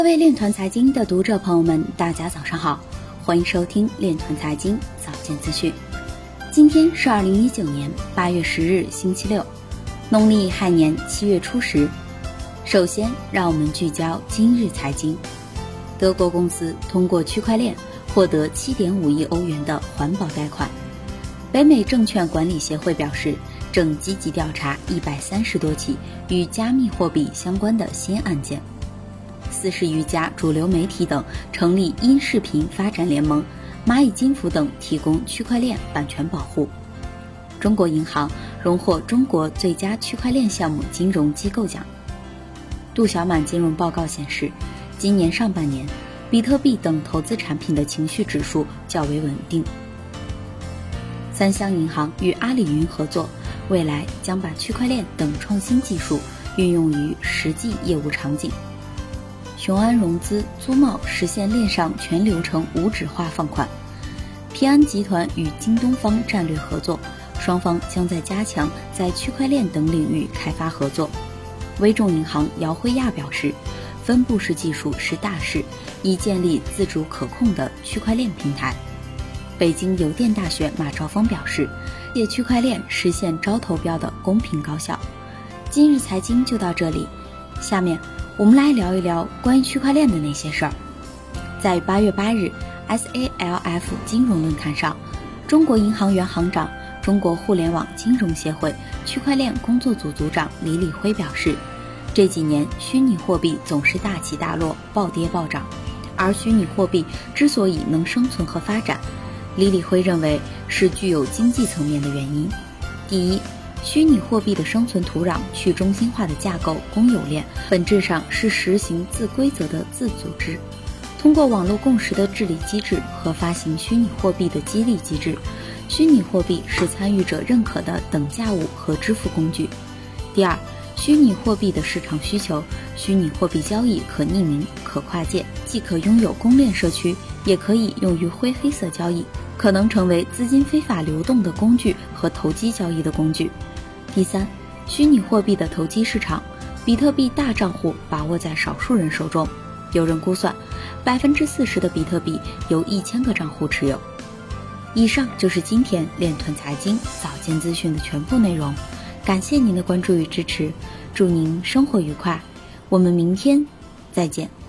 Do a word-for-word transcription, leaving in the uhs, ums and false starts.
各位链团财经的读者朋友们，大家早上好，欢迎收听链团财经早间资讯。今天是二零一九年八月十日，星期六，农历亥年七月初十。首先，让我们聚焦今日财经。德国公司通过区块链获得 七点五亿欧元的环保贷款。北美证券管理协会表示，正积极调查一百三十多起与加密货币相关的新案件。四十余家主流媒体等成立音视频发展联盟，蚂蚁金服等提供区块链版权保护。中国银行荣获中国最佳区块链项目金融机构奖。杜小满金融报告显示，今年上半年，比特币等投资产品的情绪指数较为稳定。三湘银行与阿里云合作，未来将把区块链等创新技术运用于实际业务场景。雄安融资租贸实现链上全流程无纸化放款。平安集团与京东方战略合作，双方将在加强在区块链等领域开发合作。微众银行姚辉亚表示，分布式技术是大势，以建立自主可控的区块链平台。北京邮电大学马兆峰表示，借区块链实现招投标的公平高效。今日财经就到这里，下面我们来聊一聊关于区块链的那些事儿。在八月八日 S A L F 金融论坛上，中国银行原行长、中国互联网金融协会区块链工作组组长李李辉表示，这几年虚拟货币总是大起大落，暴跌暴涨，而虚拟货币之所以能生存和发展，李李辉认为是具有经济层面的原因。第一，虚拟货币的生存土壤去中心化的架构公有链，本质上是实行自规则的自组织，通过网络共识的治理机制和发行虚拟货币的激励机制，虚拟货币是参与者认可的等价物和支付工具。第二，虚拟货币的市场需求，虚拟货币交易可匿名、可跨界，既可拥有公链社区，也可以用于灰黑色交易，可能成为资金非法流动的工具和投机交易的工具。第三，虚拟货币的投机市场，比特币大账户把握在少数人手中，有人估算，百分之四十的比特币由一千个账户持有。以上就是今天链团财经早间资讯的全部内容，感谢您的关注与支持，祝您生活愉快，我们明天再见。